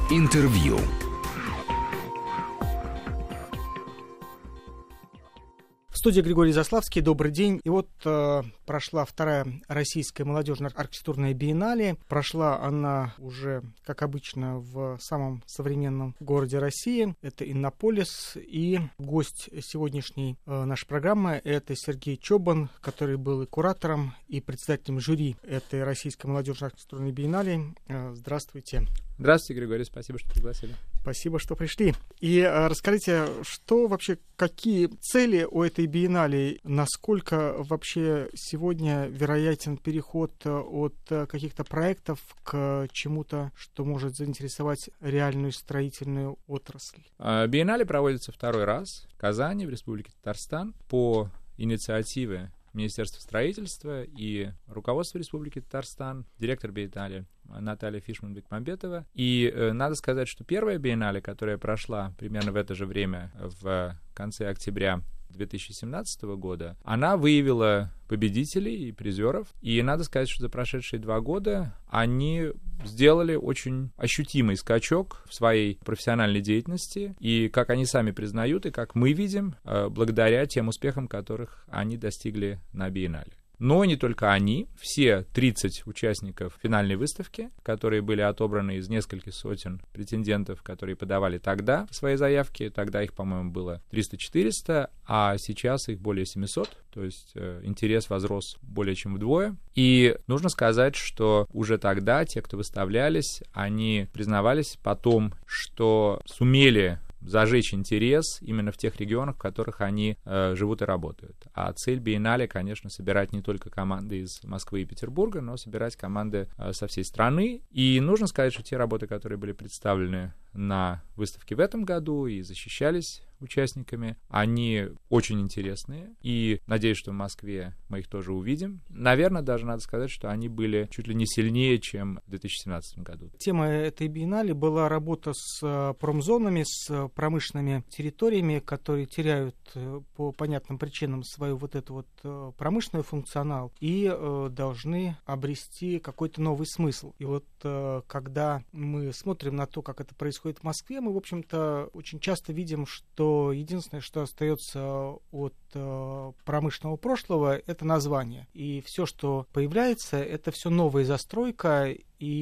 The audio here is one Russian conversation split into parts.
Интервью. В студии Григорий Заславский. Добрый день. И вот прошла вторая российская молодежная архитектурная биеннале. Прошла она уже, как обычно, в самом современном городе России. Это Иннополис. И гость сегодняшней нашей программы — это Сергей Чобан, который был и куратором, и председателем жюри этой российской молодежной архитектурной биеннале. Здравствуйте. Здравствуйте, Григорий, спасибо, что пригласили. Спасибо, что пришли. И расскажите, что вообще, какие цели у этой биеннале, насколько вообще сегодня вероятен переход от каких-то проектов к чему-то, что может заинтересовать реальную строительную отрасль? Биеннале проводится второй раз в Казани, в Республике Татарстан, по инициативе Министерства строительства и руководства Республики Татарстан, директор биеннале Наталья Фишман-Бекмамбетова. И надо сказать, что первая биеннале, которая прошла примерно в это же время, в конце октября 2017 года, она выявила победителей и призеров. И надо сказать, что за прошедшие 2 года они сделали очень ощутимый скачок в своей профессиональной деятельности. И, как они сами признают, и как мы видим, благодаря тем успехам, которых они достигли на биеннале. Но не только они, все 30 участников финальной выставки, которые были отобраны из нескольких сотен претендентов, которые подавали тогда свои заявки, тогда их, по-моему, было 300-400, а сейчас их более 700, то есть интерес возрос более чем вдвое. И нужно сказать, что уже тогда те, кто выставлялись, они признавались потом, что сумели зажечь интерес именно в тех регионах, в которых они живут и работают. А цель биеннале, конечно, собирать не только команды из Москвы и Петербурга, но собирать команды со всей страны. И нужно сказать, что те работы, которые были представлены на выставке в этом году и защищались участниками, они очень интересные, и надеюсь, что в Москве мы их тоже увидим. Наверное, даже надо сказать, что они были чуть ли не сильнее, чем в 2017 году. Тема этой биеннале была работа с промзонами, с промышленными территориями, которые теряют по понятным причинам свою вот эту вот промышленную функционал и должны обрести какой-то новый смысл. И вот когда мы смотрим на то, как это происходит в Москве, мы, в общем-то, очень часто видим, что единственное, что остается от промышленного прошлого, это название. И все, что появляется, это все новая застройка.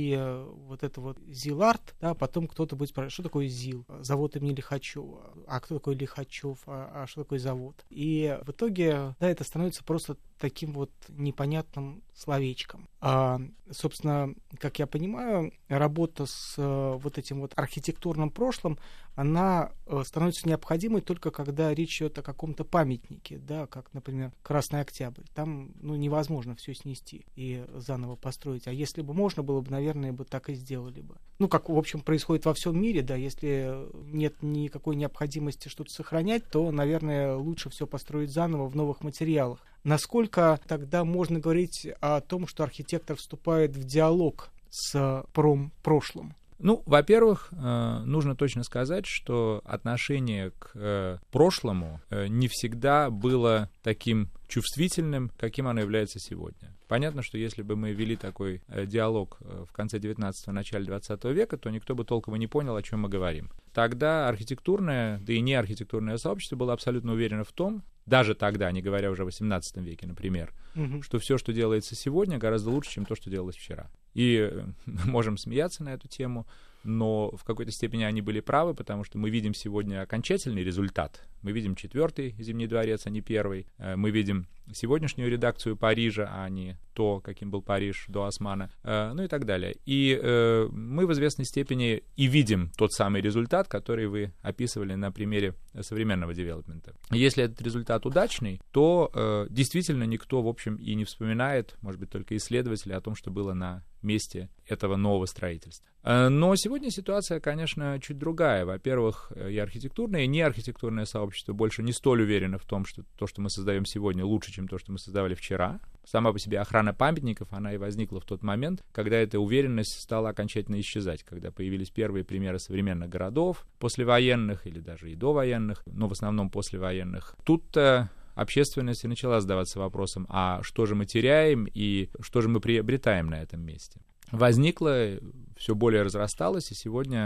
И вот это вот ЗИЛ-арт, да, потом кто-то будет спрашивать, что такое ЗИЛ, завод имени Лихачева, а кто такой Лихачев, а что такое завод. И в итоге, да, это становится просто таким вот непонятным словечком. Собственно, как я понимаю, работа с вот этим вот архитектурным прошлым, она становится необходимой только когда речь идет о каком-то памятнике, да, как, например, Красный Октябрь. Там, невозможно все снести и заново построить. А если бы можно было бы, наверное, бы так и сделали бы. Как, в общем, происходит во всем мире, да, если нет никакой необходимости что-то сохранять, то, наверное, лучше все построить заново в новых материалах. Насколько тогда можно говорить о том, что архитектор вступает в диалог с прошлым? Во-первых, нужно точно сказать, что отношение к прошлому не всегда было таким чувствительным, каким оно является сегодня. Понятно, что если бы мы вели такой диалог в конце 19-го, начале 20 века, то никто бы толком и не понял, о чем мы говорим. Тогда архитектурное, да и не архитектурное сообщество было абсолютно уверено в том, даже тогда, не говоря уже о 18 веке, например, что все, что делается сегодня, гораздо лучше, чем то, что делалось вчера. И можем смеяться на эту тему, но в какой-то степени они были правы, потому что мы видим сегодня окончательный результат. Мы видим 4-й Зимний дворец, а не 1-й. Мы видим сегодняшнюю редакцию Парижа, а не то, каким был Париж до Османа, и так далее. И мы в известной степени и видим тот самый результат, который вы описывали на примере современного девелопмента. Если этот результат удачный, то действительно никто, в общем, и не вспоминает, может быть, только исследователи, о том, что было на месте этого нового строительства. Но сегодня ситуация, конечно, чуть другая. Во-первых, и архитектурное, и неархитектурное сообщество больше не столь уверено в том, что то, что мы создаем сегодня, лучше, чем то, что мы создавали вчера. Сама по себе охрана памятников, она и возникла в тот момент, когда эта уверенность стала окончательно исчезать, когда появились первые примеры современных городов, послевоенных или даже и довоенных, но в основном послевоенных. Тут-то общественность и начала задаваться вопросом, а что же мы теряем и что же мы приобретаем на этом месте. Возникло, все более разрасталось, и сегодня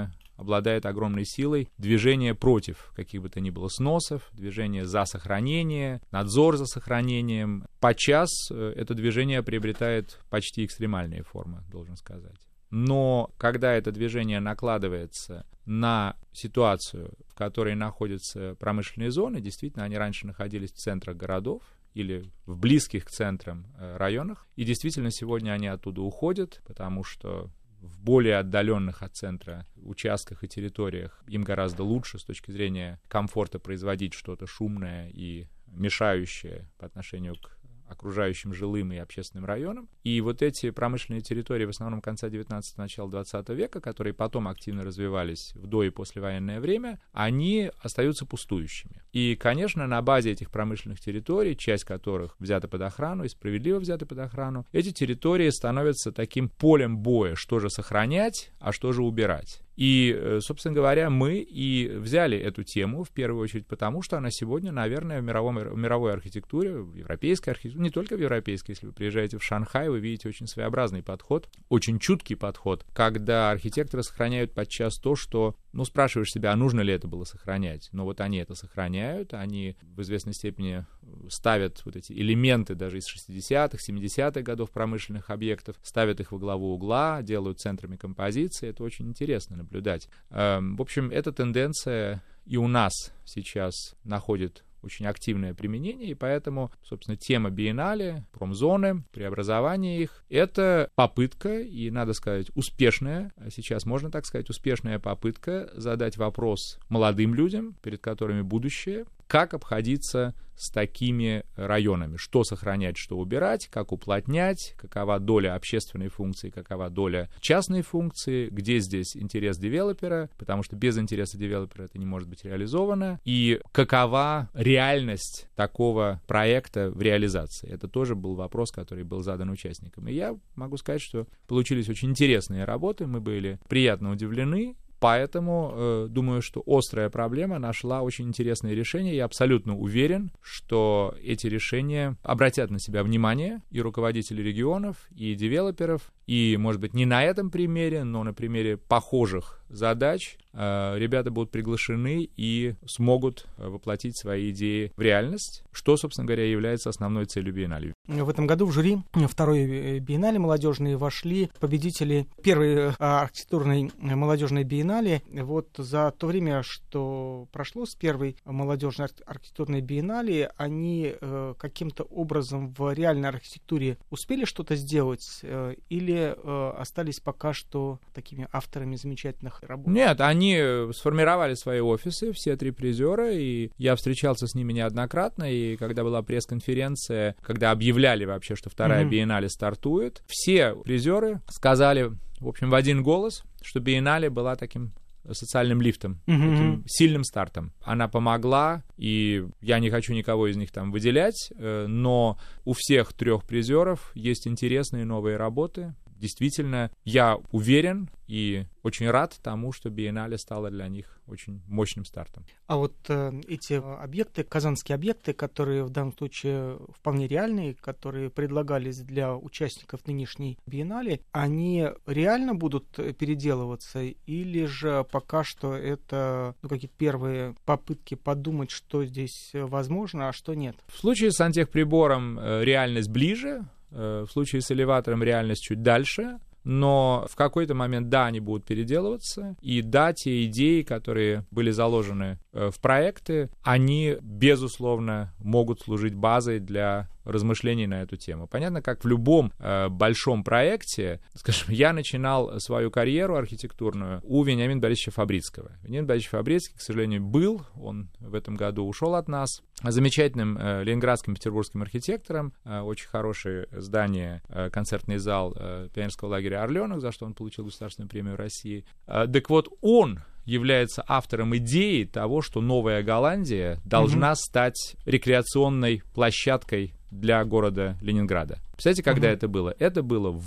обладает огромной силой движение против каких бы то ни было сносов, движение за сохранение, надзор за сохранением. Подчас это движение приобретает почти экстремальные формы, должен сказать. Но когда это движение накладывается на ситуацию, в которой находятся промышленные зоны, действительно, они раньше находились в центрах городов или в близких к центрам районах, и действительно сегодня они оттуда уходят, потому что в более отдаленных от центра участках и территориях им гораздо лучше с точки зрения комфорта производить что-то шумное и мешающее по отношению к окружающим жилым и общественным районам. И вот эти промышленные территории в основном конца 19-го, начала 20 века, которые потом активно развивались в до- и послевоенное время, они остаются пустующими. И, конечно, на базе этих промышленных территорий, часть которых взята под охрану и справедливо взята под охрану, эти территории становятся таким полем боя, что же сохранять, а что же убирать. И, собственно говоря, мы и взяли эту тему, в первую очередь потому, что она сегодня, наверное, в мировой архитектуре, в европейской архитектуре, не только в европейской, если вы приезжаете в Шанхай, вы видите очень своеобразный подход, очень чуткий подход, когда архитекторы сохраняют подчас то, что, спрашиваешь себя, а нужно ли это было сохранять? Но вот они это сохраняют, они в известной степени ставят вот эти элементы даже из 60-х, 70-х годов промышленных объектов, ставят их во главу угла, делают центрами композиции, это очень интересно наблюдать. В общем, эта тенденция и у нас сейчас находит очень активное применение, и поэтому, собственно, тема биеннале, промзоны, преобразование их — это попытка, и, надо сказать, успешная, сейчас можно так сказать, успешная попытка задать вопрос молодым людям, перед которыми будущее, как обходиться с такими районами, что сохранять, что убирать, как уплотнять, какова доля общественной функции, какова доля частной функции, где здесь интерес девелопера, потому что без интереса девелопера это не может быть реализовано, и какова реальность такого проекта в реализации. Это тоже был вопрос, который был задан участникам. И я могу сказать, что получились очень интересные работы, мы были приятно удивлены. Поэтому думаю, что острая проблема нашла очень интересное решение. Я абсолютно уверен, что эти решения обратят на себя внимание и руководителей регионов, и девелоперов. И, может быть, не на этом примере, но на примере похожих задач ребята будут приглашены и смогут воплотить свои идеи в реальность, что, собственно говоря, является основной целью биеннале. В этом году в жюри второй биеннале молодежной вошли победители первой архитектурной молодежной биеннале. Вот за то время, что прошло с первой молодежной архитектурной биеннале, они каким-то образом в реальной архитектуре успели что-то сделать или остались пока что такими авторами замечательных работ? Нет, они сформировали свои офисы, все три призера, и я встречался с ними неоднократно, и когда была пресс-конференция, когда объявляли вообще, что вторая биеннале стартует, все призеры сказали, в общем, в один голос, что биеннале была таким социальным лифтом, таким сильным стартом. Она помогла, и я не хочу никого из них там выделять, но у всех трех призеров есть интересные новые работы. Действительно, я уверен и очень рад тому, что биеннале стала для них очень мощным стартом. А вот эти объекты, казанские объекты, которые в данном случае вполне реальные, которые предлагались для участников нынешней биеннале, они реально будут переделываться или же пока что это какие-то первые попытки подумать, что здесь возможно, а что нет? В случае с сантехприбором реальность ближе, в случае с элеватором реальность чуть дальше, но в какой-то момент, да, они будут переделываться, и да, те идеи, которые были заложены в проекты, они, безусловно, могут служить базой для размышлений на эту тему. Понятно, как в любом большом проекте, скажем, я начинал свою карьеру архитектурную у Вениамина Борисовича Фабрицкого. Вениамин Борисович Фабрицкий, к сожалению, был, он в этом году ушел от нас, замечательным ленинградским, петербургским архитектором, очень хорошее здание, концертный зал пионерского лагеря «Орленок», за что он получил государственную премию России. Так вот, он является автором идеи того, что Новая Голландия должна стать рекреационной площадкой для города Ленинграда. Представляете, когда это было? Это было в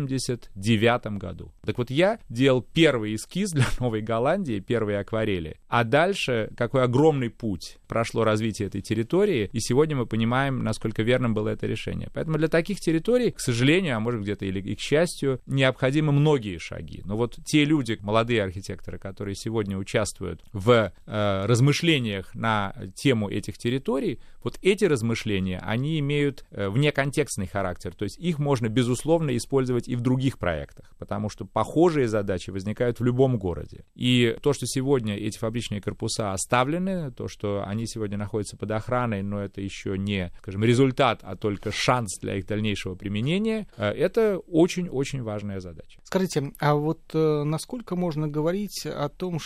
89 году. Так вот, я делал первый эскиз для Новой Голландии, первые акварели. А дальше какой огромный путь прошло развитие этой территории, и сегодня мы понимаем, насколько верным было это решение. Поэтому для таких территорий, к сожалению, а может где-то и к счастью, необходимы многие шаги. Но вот те люди, молодые архитекторы, которые сегодня участвуют в размышлениях на тему этих территорий, вот эти размышления, они имеют внеконтекстный характер, то есть их можно, безусловно, использовать и в других проектах, потому что похожие задачи возникают в любом городе. И то, что сегодня эти фабричные корпуса оставлены, то, что они сегодня находятся под охраной, но это еще не, скажем, результат, а только шанс для их дальнейшего применения, это очень-очень важная задача. Скажите, а вот насколько можно говорить о том,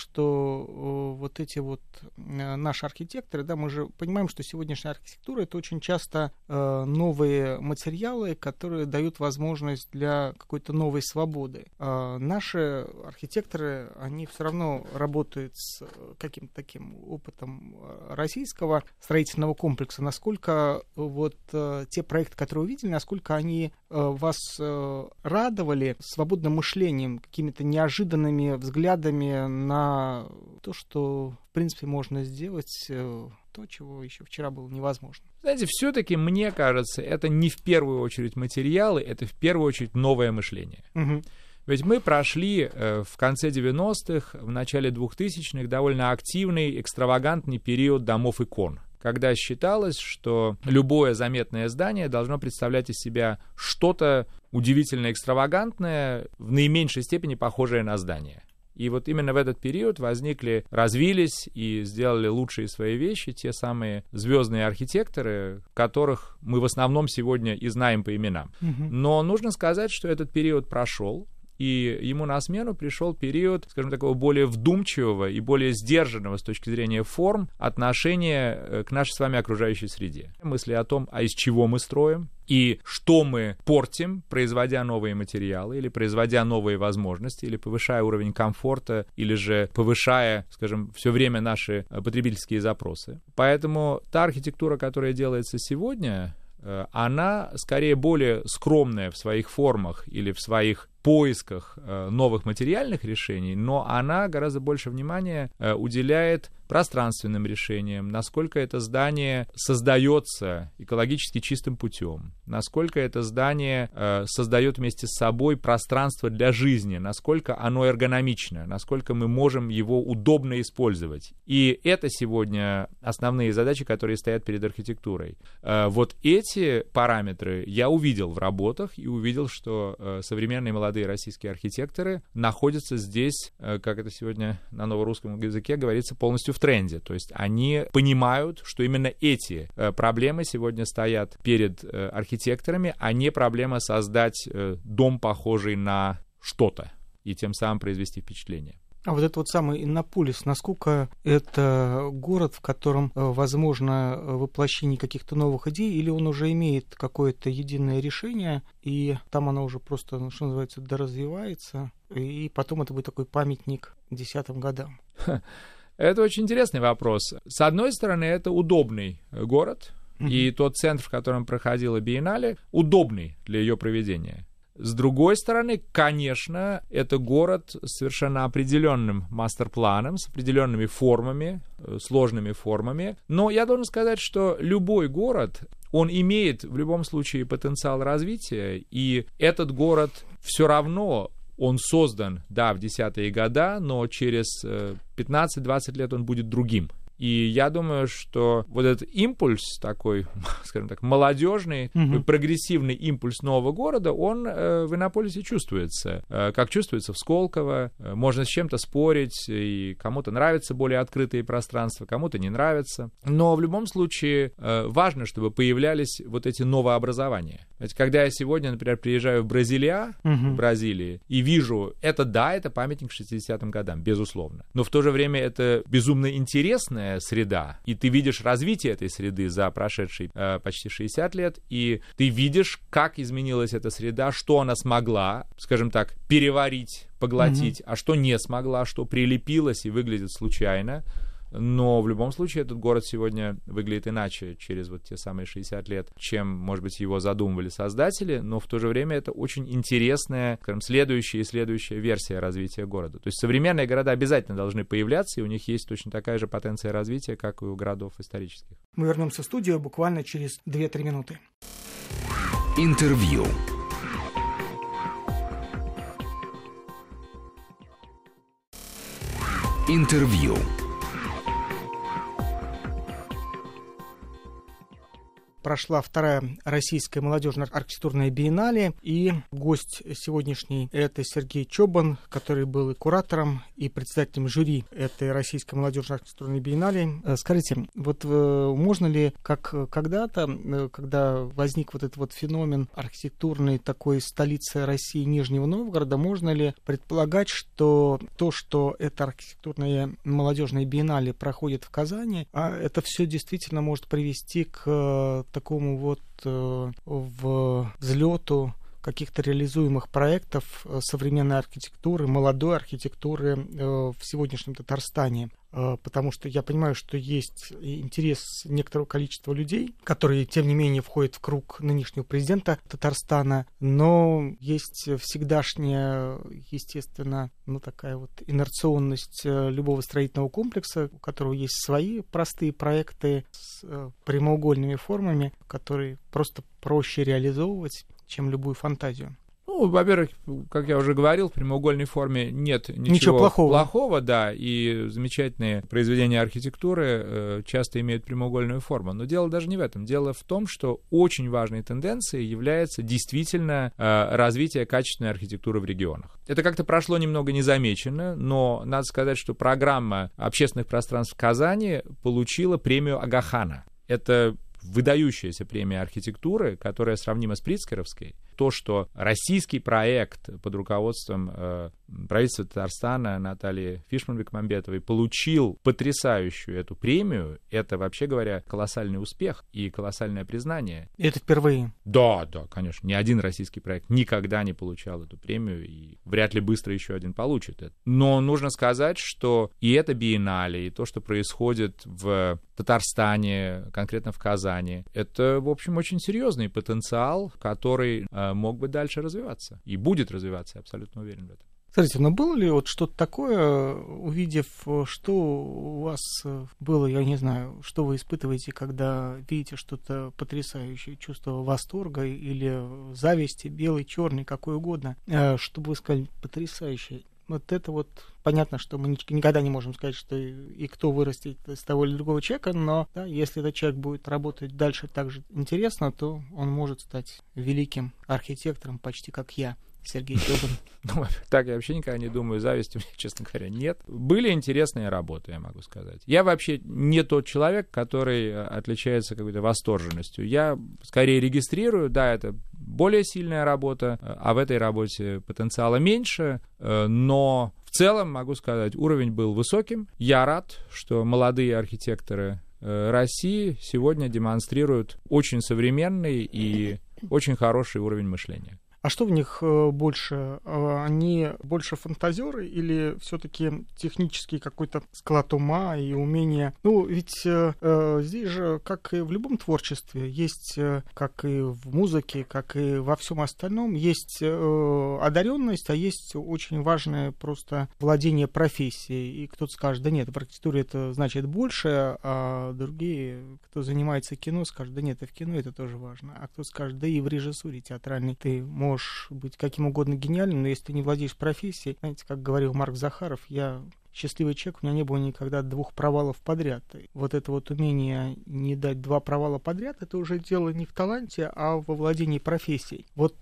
что вот эти вот наши архитекторы, да, мы же понимаем, что сегодняшняя архитектура — это очень часто новые материалы, которые дают возможность для какой-то новой свободы. Наши архитекторы, они все равно работают с каким-то таким опытом российского строительного комплекса. Насколько вот те проекты, которые вы видели, насколько они вас радовали свободным мышлением, какими-то неожиданными взглядами на то, что, в принципе, можно сделать, то, чего еще вчера было невозможно. Знаете, все-таки, мне кажется, это не в первую очередь материалы, это в первую очередь новое мышление. Угу. Ведь мы прошли в конце 90-х, в начале 2000-х довольно активный, экстравагантный период домов-икон, когда считалось, что любое заметное здание должно представлять из себя что-то удивительно экстравагантное, в наименьшей степени похожее на здание. И вот именно в этот период развились и сделали лучшие свои вещи те самые звездные архитекторы, которых мы в основном сегодня и знаем по именам. Но нужно сказать, что этот период прошел, и ему на смену пришел период, скажем, такого более вдумчивого и более сдержанного с точки зрения форм отношения к нашей с вами окружающей среде. Мысли о том, а из чего мы строим, и что мы портим, производя новые материалы, или производя новые возможности, или повышая уровень комфорта, или же повышая, скажем, все время наши потребительские запросы. Поэтому та архитектура, которая делается сегодня, она скорее более скромная в своих формах или в своих поисках новых материальных решений, но она гораздо больше внимания уделяет пространственным решениям, насколько это здание создается экологически чистым путем, насколько это здание создает вместе с собой пространство для жизни, насколько оно эргономично, насколько мы можем его удобно использовать. И это сегодня основные задачи, которые стоят перед архитектурой. Вот эти параметры я увидел в работах и увидел, что современные молодые российские архитекторы находятся здесь, как это сегодня на новорусском языке говорится, полностью в тренде. То есть они понимают, что именно эти проблемы сегодня стоят перед архитекторами, а не проблема создать дом, похожий на что-то, и тем самым произвести впечатление. А вот это вот самый Иннополис, насколько это город, в котором возможно воплощение каких-то новых идей, или он уже имеет какое-то единое решение, и там оно уже просто, что называется, доразвивается, и потом это будет такой памятник 10-м годам? Это очень интересный вопрос. С одной стороны, это удобный город, и тот центр, в котором проходила биеннале, удобный для ее проведения. С другой стороны, конечно, это город с совершенно определенным мастер-планом, с определенными формами, сложными формами. Но я должен сказать, что любой город, он имеет в любом случае потенциал развития, и этот город все равно, он создан, да, в 10-е годы, но через 15-20 лет он будет другим. И я думаю, что вот этот импульс такой, скажем так, молодежный, прогрессивный импульс нового города, он в Иннополисе чувствуется. Как чувствуется в Сколково. Можно с чем-то спорить, и кому-то нравятся более открытые пространства, кому-то не нравятся. Но в любом случае важно, чтобы появлялись вот эти новообразования. Ведь когда я сегодня, например, приезжаю в Бразилия, в Бразилии, и вижу, это памятник 60-м годам, безусловно. Но в то же время это безумно интересная среда, и ты видишь развитие этой среды за прошедшие почти 60 лет, и ты видишь, как изменилась эта среда, что она смогла, скажем так, переварить, поглотить, а что не смогла, что прилепилось и выглядит случайно. Но в любом случае этот город сегодня выглядит иначе через вот те самые 60 лет, чем, может быть, его задумывали создатели, но в то же время это очень интересная, скажем, следующая версия развития города. То есть современные города обязательно должны появляться, и у них есть точно такая же потенция развития, как и у городов исторических. Мы вернемся в студию буквально через 2-3 минуты. Интервью. Интервью. Прошла вторая российская молодежная архитектурная биеннале, и гость сегодняшний — это Сергей Чобан, который был и куратором, и председателем жюри этой российской молодежной архитектурной биеннале. Скажите, вот можно ли, как когда-то, когда возник вот этот вот феномен архитектурной такой столицы России Нижнего Новгорода, можно ли предполагать, что то, что эта архитектурная молодежная биеннале проходит в Казани, это все действительно может привести к такому вот взлету каких-то реализуемых проектов современной архитектуры, молодой архитектуры в сегодняшнем Татарстане? Потому что я понимаю, что есть интерес некоторого количества людей, которые, тем не менее, входят в круг нынешнего президента Татарстана, но есть всегдашняя, естественно, такая вот инерционность любого строительного комплекса, у которого есть свои простые проекты с прямоугольными формами, которые просто проще реализовывать, чем любую фантазию. Ну, во-первых, как я уже говорил, в прямоугольной форме нет ничего плохого, да, и замечательные произведения архитектуры часто имеют прямоугольную форму. Но дело даже не в этом. Дело в том, что очень важной тенденцией является действительно развитие качественной архитектуры в регионах. Это как-то прошло немного незамеченно, но надо сказать, что программа общественных пространств в Казани получила премию Агахана. Это выдающаяся премия архитектуры, которая сравнима с Прицкеровской. То, что российский проект под руководством правительства Татарстана Натальи Фишман-Бекмамбетовой получил потрясающую эту премию, это, вообще говоря, колоссальный успех и колоссальное признание. И это впервые? Да, конечно. Ни один российский проект никогда не получал эту премию, и вряд ли быстро еще один получит это. Но нужно сказать, что и это биеннале, и то, что происходит в Татарстане, конкретно в Казани, это, в общем, очень серьезный потенциал, который мог бы дальше развиваться. И будет развиваться, я абсолютно уверен в этом. Скажите, но было ли вот что-то такое, увидев, что у вас было, я не знаю, что вы испытываете, когда видите что-то потрясающее, чувство восторга или зависти, белый, черный, какой угодно, чтобы вы сказали, потрясающе. Вот это вот понятно, что мы никогда не можем сказать, что и кто вырастет из того или другого человека, но да, если этот человек будет работать дальше так же интересно, то он может стать великим архитектором, почти как я, Сергей Чобан. Ну, так я вообще никогда не думаю, зависти у меня, честно говоря, нет. Были интересные работы, я могу сказать. Я вообще не тот человек, который отличается какой-то восторженностью. Я скорее регистрирую, да, это более сильная работа, а в этой работе потенциала меньше, но в целом, могу сказать, уровень был высоким. Я рад, что молодые архитекторы России сегодня демонстрируют очень современный и очень хороший уровень мышления. А что в них больше? Они больше фантазеры или все-таки технический какой-то склад ума и умение? Ну, ведь здесь же, как и в любом творчестве, есть, как и в музыке, как и во всем остальном, есть одаренность, а есть очень важное просто владение профессией. И кто-то скажет, да нет, в архитектуре это значит больше, а другие, кто занимается кино, скажут, да нет, и в кино это тоже важно. А кто скажет, да и в режиссуре театральной ты можешь быть каким угодно гениальным, но если ты не владеешь профессией, знаете, как говорил Марк Захаров, я счастливый человек, у меня не было никогда 2 провалов подряд. И вот это вот умение не дать 2 провала подряд, это уже дело не в таланте, а во владении профессией. Вот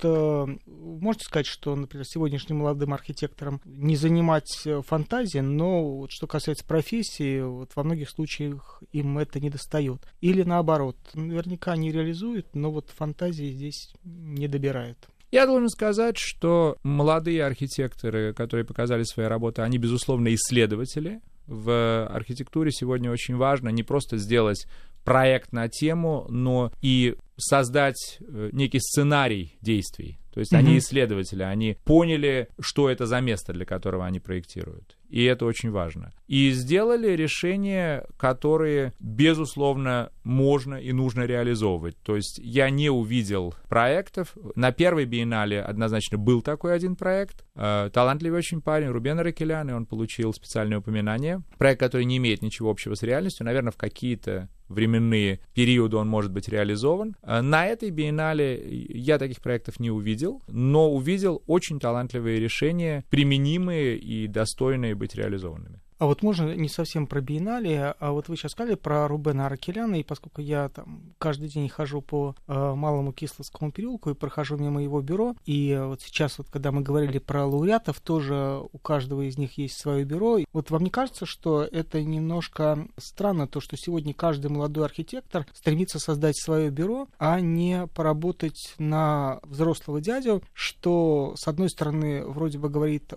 можете сказать, что, например, сегодняшним молодым архитекторам не занимать фантазией, но вот, что касается профессии, вот во многих случаях им это не достает. Или наоборот, наверняка они реализуют, но вот фантазии здесь не добирают. Я должен сказать, что молодые архитекторы, которые показали свои работы, они, безусловно, исследователи. В архитектуре сегодня очень важно не просто сделать проект на тему, но и создать некий сценарий действий. То То есть они исследователи, они поняли, что это за место, для которого они проектируют. И это очень важно. И сделали решения, которые, безусловно, можно и нужно реализовывать. То есть я не увидел проектов. На первой биеннале однозначно был такой один проект. Талантливый очень парень, Рубен Аракелян, и он получил специальное упоминание. Проект, который не имеет ничего общего с реальностью. Наверное, в какие-то временные периоды он может быть реализован. На этой биеннале я таких проектов не увидел, но увидел очень талантливые решения, применимые и достойные быть реализованными. А вот можно не совсем про биеннале, а вот вы сейчас сказали про Рубена Аракеляна, и поскольку я там каждый день хожу по Малому Кисловскому переулку и прохожу мимо его бюро, и вот сейчас вот, когда мы говорили про лауреатов, тоже у каждого из них есть свое бюро. Вот вам не кажется, что это немножко странно, то, что сегодня каждый молодой архитектор стремится создать свое бюро, а не поработать на взрослого дядю, что, с одной стороны, вроде бы говорит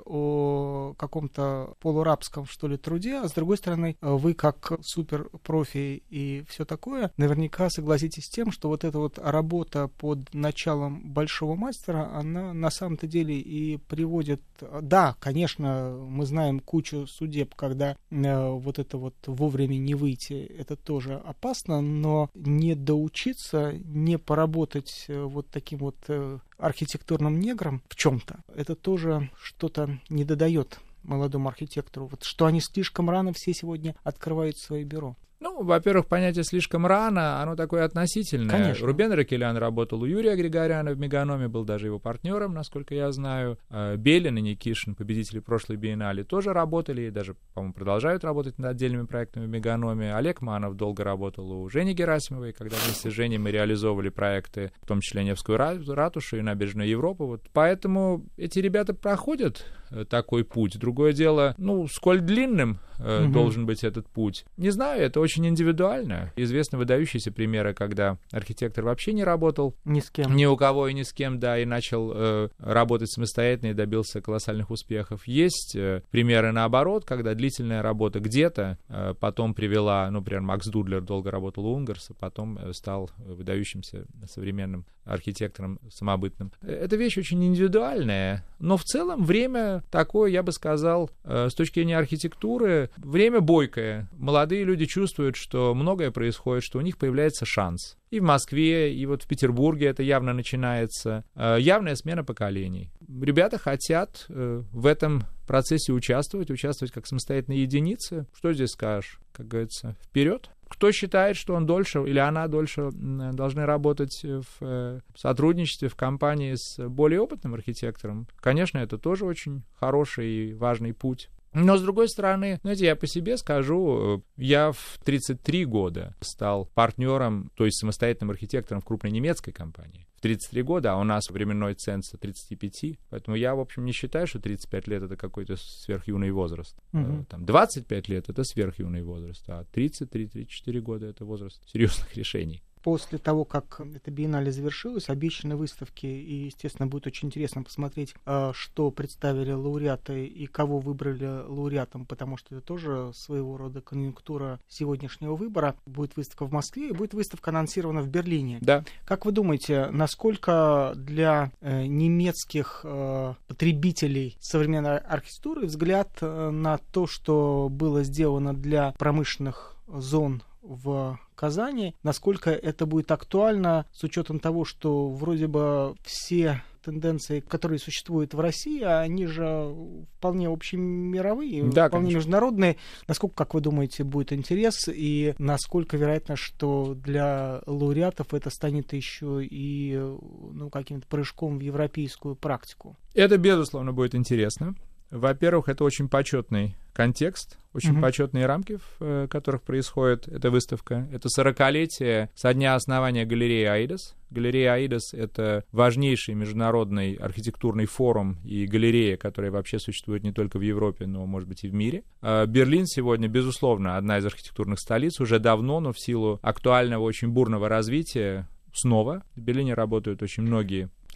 о каком-то полурабском, что ли, труде, а с другой стороны, вы как суперпрофи и все такое, наверняка согласитесь с тем, что вот эта вот работа под началом большого мастера, она на самом-то деле и приводит... Да, конечно, мы знаем кучу судеб, когда вот это вот вовремя не выйти, это тоже опасно, но не доучиться, не поработать вот таким вот архитектурным негром в чем-то, это тоже что-то не додает молодому архитектору, вот что они слишком рано все сегодня открывают свои бюро. Ну, во-первых, понятие «слишком рано», оно такое относительное. Конечно. Рубен Аракелян работал у Юрия Григоряна в Меганоме, был даже его партнером, насколько я знаю. Белин и Никишин, победители прошлой биеннале, тоже работали, и даже, по-моему, продолжают работать над отдельными проектами в Меганоме. Олег Манов долго работал у Жени Герасимовой, когда вместе с Женей мы реализовывали проекты, в том числе Невскую ратушу и Набережную Европу. Вот поэтому эти ребята проходят такой путь. Другое дело, ну, сколь длинным должен быть этот путь. Не знаю, это очень индивидуально. Известны выдающиеся примеры, когда архитектор вообще не работал ни с кем. Ни у кого и ни с кем, да, и начал работать самостоятельно и добился колоссальных успехов. Есть примеры наоборот, когда длительная работа где-то потом привела, ну, например, Макс Дудлер долго работал у Унгарса, потом стал выдающимся современным архитектором самобытным. Это вещь очень индивидуальная, но в целом время такое, я бы сказал, с точки зрения архитектуры, время бойкое. Молодые люди чувствуют, что многое происходит, что у них появляется шанс. И в Москве, и вот в Петербурге это явно начинается. Явная смена поколений. Ребята хотят в этом процессе участвовать как самостоятельные единицы. Что здесь скажешь? Как говорится, вперед. Кто считает, что он дольше или она дольше должны работать в сотрудничестве, в компании с более опытным архитектором, конечно, это тоже очень хороший и важный путь. Но, с другой стороны, знаете, я по себе скажу, я в 33 года стал партнером, то есть самостоятельным архитектором в крупной немецкой компании. В 33 года, а у нас временной ценз 35, поэтому я, в общем, не считаю, что 35 лет — это какой-то сверхюный возраст. Там 25 лет — это сверхюный возраст, а 33-34 года — это возраст серьезных решений. После того, как эта биеннале завершилась, обещаны выставки, и, естественно, будет очень интересно посмотреть, что представили лауреаты и кого выбрали лауреатом, потому что это тоже своего рода конъюнктура сегодняшнего выбора. Будет выставка в Москве и будет выставка анонсирована в Берлине. Да. Как вы думаете, насколько для немецких потребителей современной архитектуры взгляд на то, что было сделано для промышленных зон в Казани, насколько это будет актуально с учетом того, что вроде бы все тенденции, которые существуют в России, они же вполне общемировые, да, вполне конечно. международные. Насколько, как вы думаете, будет интерес и насколько вероятно, что для лауреатов это станет еще и каким-то прыжком в европейскую практику? Это, безусловно, будет интересно. Во-первых, это очень почетный контекст, очень почетные рамки, в которых происходит эта выставка. Это 40-летие со дня основания галереи «Аидас». Галерея «Аидас» — это важнейший международный архитектурный форум и галерея, которая вообще существует не только в Европе, но, может быть, и в мире. Берлин сегодня, безусловно, одна из архитектурных столиц, уже давно, но в силу актуального, очень бурного развития снова. В Берлине работают очень многие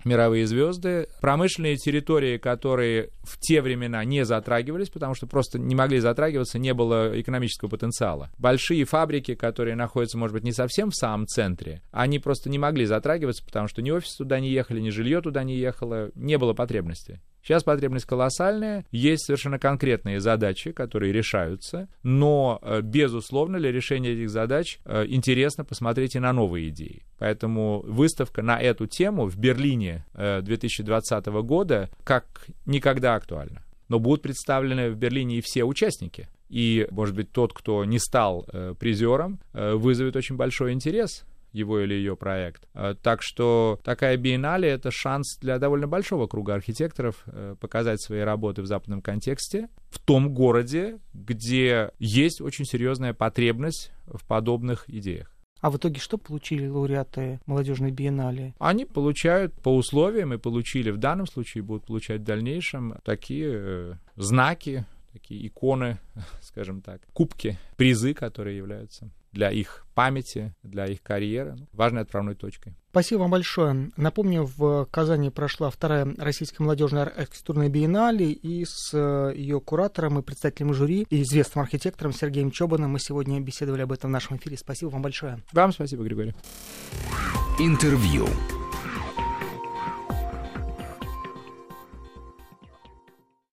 мировые звезды. Промышленные территории, которые в те времена не затрагивались, потому что просто не могли затрагиваться, не было экономического потенциала. Большие фабрики, которые находятся, может быть, не совсем в самом центре, они просто не могли затрагиваться, потому что ни офис туда не ехали, ни жилье туда не ехало, не было потребности. Сейчас потребность колоссальная, есть совершенно конкретные задачи, которые решаются, но, безусловно, для решения этих задач интересно посмотреть и на новые идеи. Поэтому выставка на эту тему в Берлине 2020 года как никогда актуальна. Но будут представлены в Берлине и все участники. И, может быть, тот, кто не стал призером, вызовет очень большой интерес, его или ее проект. Так что такая биеннале — это шанс для довольно большого круга архитекторов показать свои работы в западном контексте, в том городе, где есть очень серьезная потребность в подобных идеях. А в итоге что получили лауреаты молодежной биеннале? Они получают по условиям, и получили в данном случае, будут получать в дальнейшем такие знаки, такие иконы, скажем так, кубки, призы, которые являются для их памяти, для их карьеры важной отправной точкой. Спасибо вам большое. Напомню, в Казани прошла вторая российская молодежная архитектурная биеннале, и с ее куратором и председателем жюри, и известным архитектором Сергеем Чобаном мы сегодня беседовали об этом в нашем эфире. Спасибо вам большое. Вам спасибо, Григорий. Интервью.